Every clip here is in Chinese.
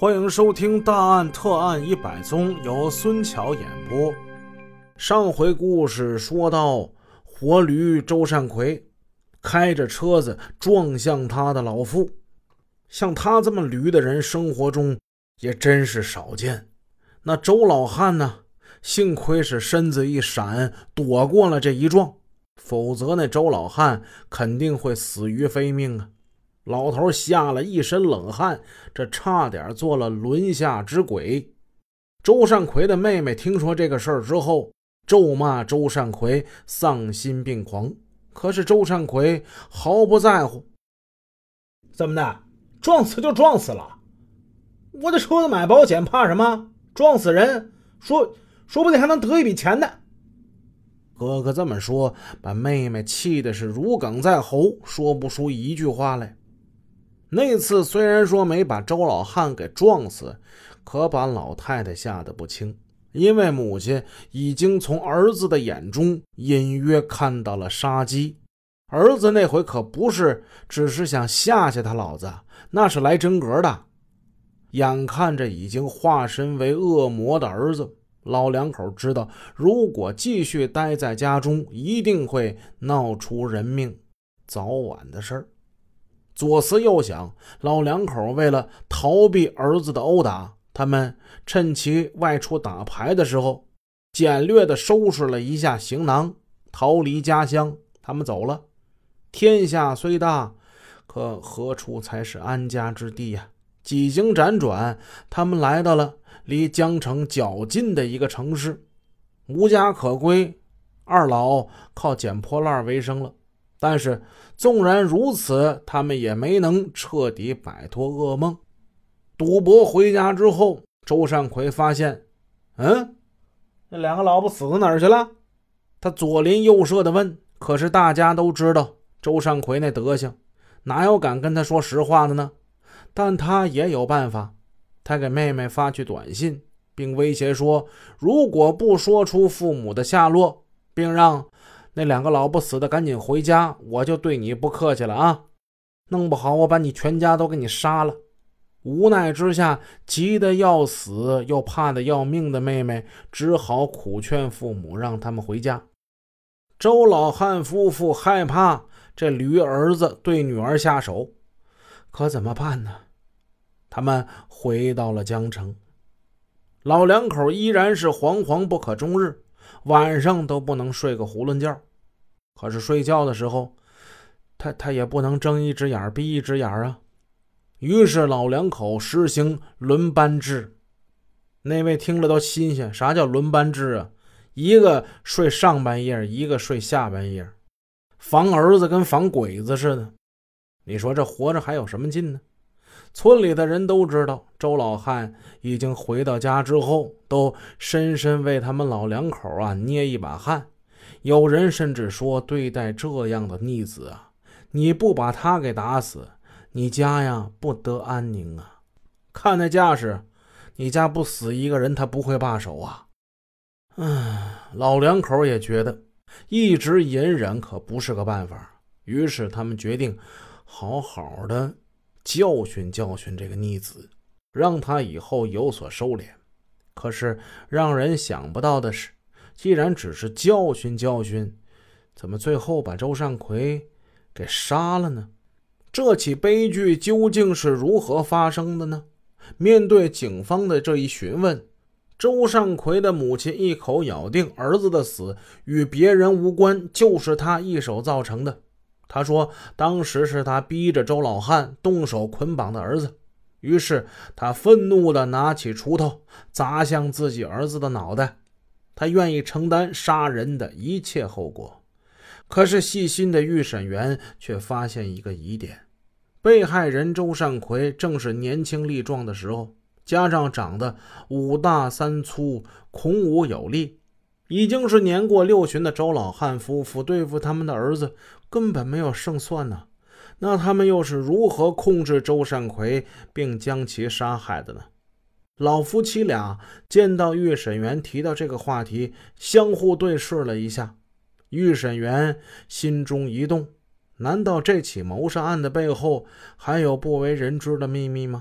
欢迎收听大案特案100宗，由孙桥演播。上回故事说到，活驴周善奎开着车子撞向他的老父，像他这么驴的人生活中也真是少见。那周老汉呢，幸亏是身子一闪躲过了这一撞，否则那周老汉肯定会死于非命啊。老头吓了一身冷汗，这差点做了轮下之鬼。周善奎的妹妹听说这个事儿之后，咒骂周善奎丧心病狂，可是周善奎毫不在乎。 怎么的，撞死就撞死了，我的车子买保险怕什么？撞死人说不定还能得一笔钱呢。 哥哥这么说，把妹妹气的是如鲠在喉，说不出一句话来。那次虽然说没把周老汉给撞死，可把老太太吓得不轻，因为母亲已经从儿子的眼中隐约看到了杀机。儿子那回可不是只是想吓吓他老子，那是来真格的。眼看着已经化身为恶魔的儿子，老两口知道如果继续待在家中，一定会闹出人命早晚的事儿。左思右想，老两口为了逃避儿子的殴打，他们趁其外出打牌的时候，简略地收拾了一下行囊，逃离家乡。他们走了。天下虽大，可何处才是安家之地呀？几经辗转，他们来到了离江城较近的一个城市，无家可归，二老靠捡破烂为生了。但是纵然如此，他们也没能彻底摆脱噩梦。赌博回家之后，周善奎发现， 那两个老婆死到哪儿去了？ 他左邻右舍的问，可是大家都知道周善奎那德行，哪有敢跟他说实话的呢？但他也有办法，他给妹妹发去短信，并威胁说，如果不说出父母的下落，并让那两个老婆死的赶紧回家，我就对你不客气了啊！弄不好我把你全家都给你杀了。无奈之下，急得要死又怕得要命的妹妹只好苦劝父母让他们回家。周老汉夫妇害怕这驴儿子对女儿下手，可怎么办呢？他们回到了江城。老两口依然是惶惶不可终日，晚上都不能睡个囫囵觉。可是睡觉的时候，他也不能睁一只眼闭一只眼啊。于是老两口实行轮班制。那位听了都新鲜，啥叫轮班制啊？一个睡上半夜，一个睡下半夜，防儿子跟防鬼子似的。你说这活着还有什么劲呢？村里的人都知道，周老汉已经回到家之后，都深深为他们老两口捏一把汗。有人甚至说，对待这样的逆子啊，你不把他给打死，你家不得安宁啊。看那架势，你家不死一个人，他不会罢手啊。老两口也觉得一直隐忍可不是个办法，于是他们决定好好的教训教训这个逆子，让他以后有所收敛。可是让人想不到的是，既然只是教训教训，怎么最后把周善奎给杀了呢？这起悲剧究竟是如何发生的呢？面对警方的这一询问，周善奎的母亲一口咬定儿子的死与别人无关，就是他一手造成的。他说当时是他逼着周老汉动手捆绑的儿子，于是他愤怒地拿起锄头砸向自己儿子的脑袋，他愿意承担杀人的一切后果。可是细心的预审员却发现一个疑点，被害人周善奎正是年轻力壮的时候，加上长得五大三粗，孔武有力，已经是年过六旬的周老汉夫妇对付他们的儿子根本没有胜算呢。那他们又是如何控制周善奎并将其杀害的呢？老夫妻俩见到预审员提到这个话题，相互对视了一下。预审员心中一动，难道这起谋杀案的背后还有不为人知的秘密吗？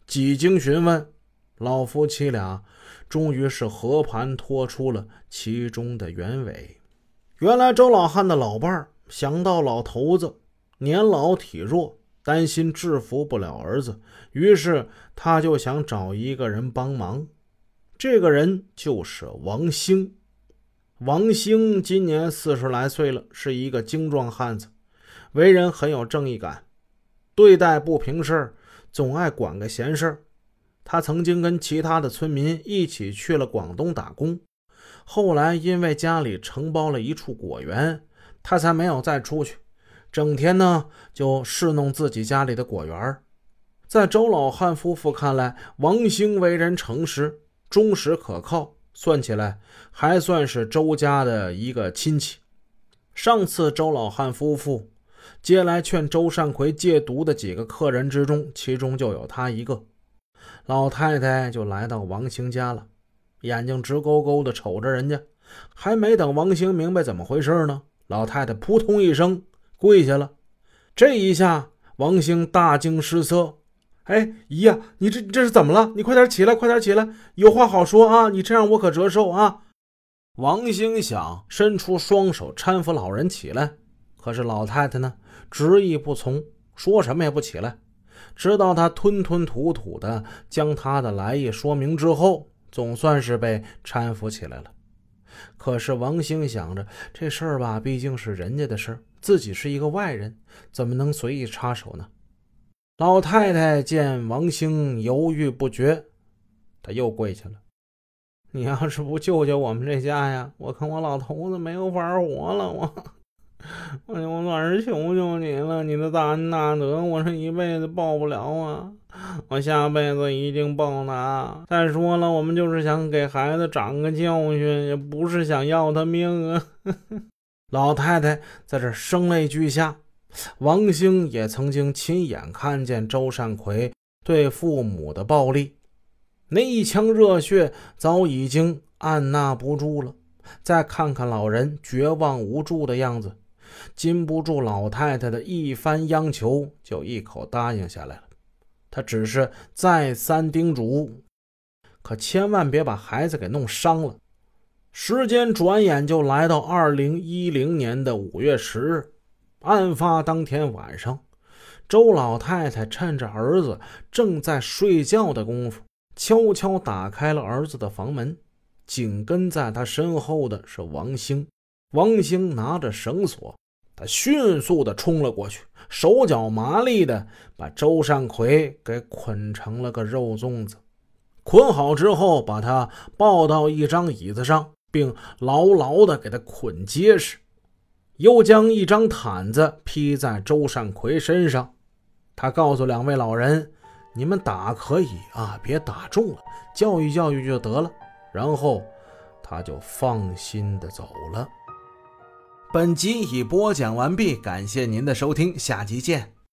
几经询问，老夫妻俩终于是和盘托出了其中的原委。原来周老汉的老伴儿想到老头子年老体弱，担心制服不了儿子，于是他就想找一个人帮忙。这个人就是王兴。王兴今年40来岁了，是一个精壮汉子，为人很有正义感，对待不平事总爱管个闲事。他曾经跟其他的村民一起去了广东打工，后来因为家里承包了一处果园，他才没有再出去，整天呢就侍弄自己家里的果园。在周老汉夫妇看来，王兴为人诚实忠实可靠，算起来还算是周家的一个亲戚。上次周老汉夫妇接来劝周善奎戒毒的几个客人之中，其中就有他一个。老太太就来到王兴家了，眼睛直勾勾的瞅着人家，还没等王兴明白怎么回事呢，老太太扑通一声跪下了。这一下王兴大惊失色，哎，姨呀，你这是怎么了？你快点起来，快点起来，有话好说啊！你这样我可折寿啊！王兴想伸出双手搀扶老人起来，可是老太太呢，执意不从，说什么也不起来。直到他吞吞吐吐的将他的来意说明之后，总算是被搀扶起来了。可是王兴想着，这事儿吧，毕竟是人家的事儿，自己是一个外人，怎么能随意插手呢？老太太见王兴犹豫不决，她又跪下了。你要是不救救我们这家呀，我看我老头子没有法活了，我算是求求你了，你的大恩大德我这一辈子报不了啊，我下辈子一定报答。再说了，我们就是想给孩子长个教训，也不是想要他命啊。老太太在这声泪俱下。王兴也曾经亲眼看见周善奎对父母的暴力，那一腔热血早已经按捺不住了。再看看老人绝望无助的样子，禁不住老太太的一番央求，就一口答应下来了。他只是再三叮嘱，可千万别把孩子给弄伤了。时间转眼就来到2010年的5月10日，案发当天晚上，周老太太趁着儿子正在睡觉的功夫，悄悄打开了儿子的房门。紧跟在他身后的是王兴。王兴拿着绳索，他迅速地冲了过去，手脚麻利地把周善奎给捆成了个肉粽子。捆好之后，把他抱到一张椅子上，并牢牢地给他捆结实，又将一张毯子披在周善奎身上。他告诉2位老人，你们打可以啊，别打中了，教育教育就得了。然后他就放心地走了。本集已播讲完毕，感谢您的收听，下集见。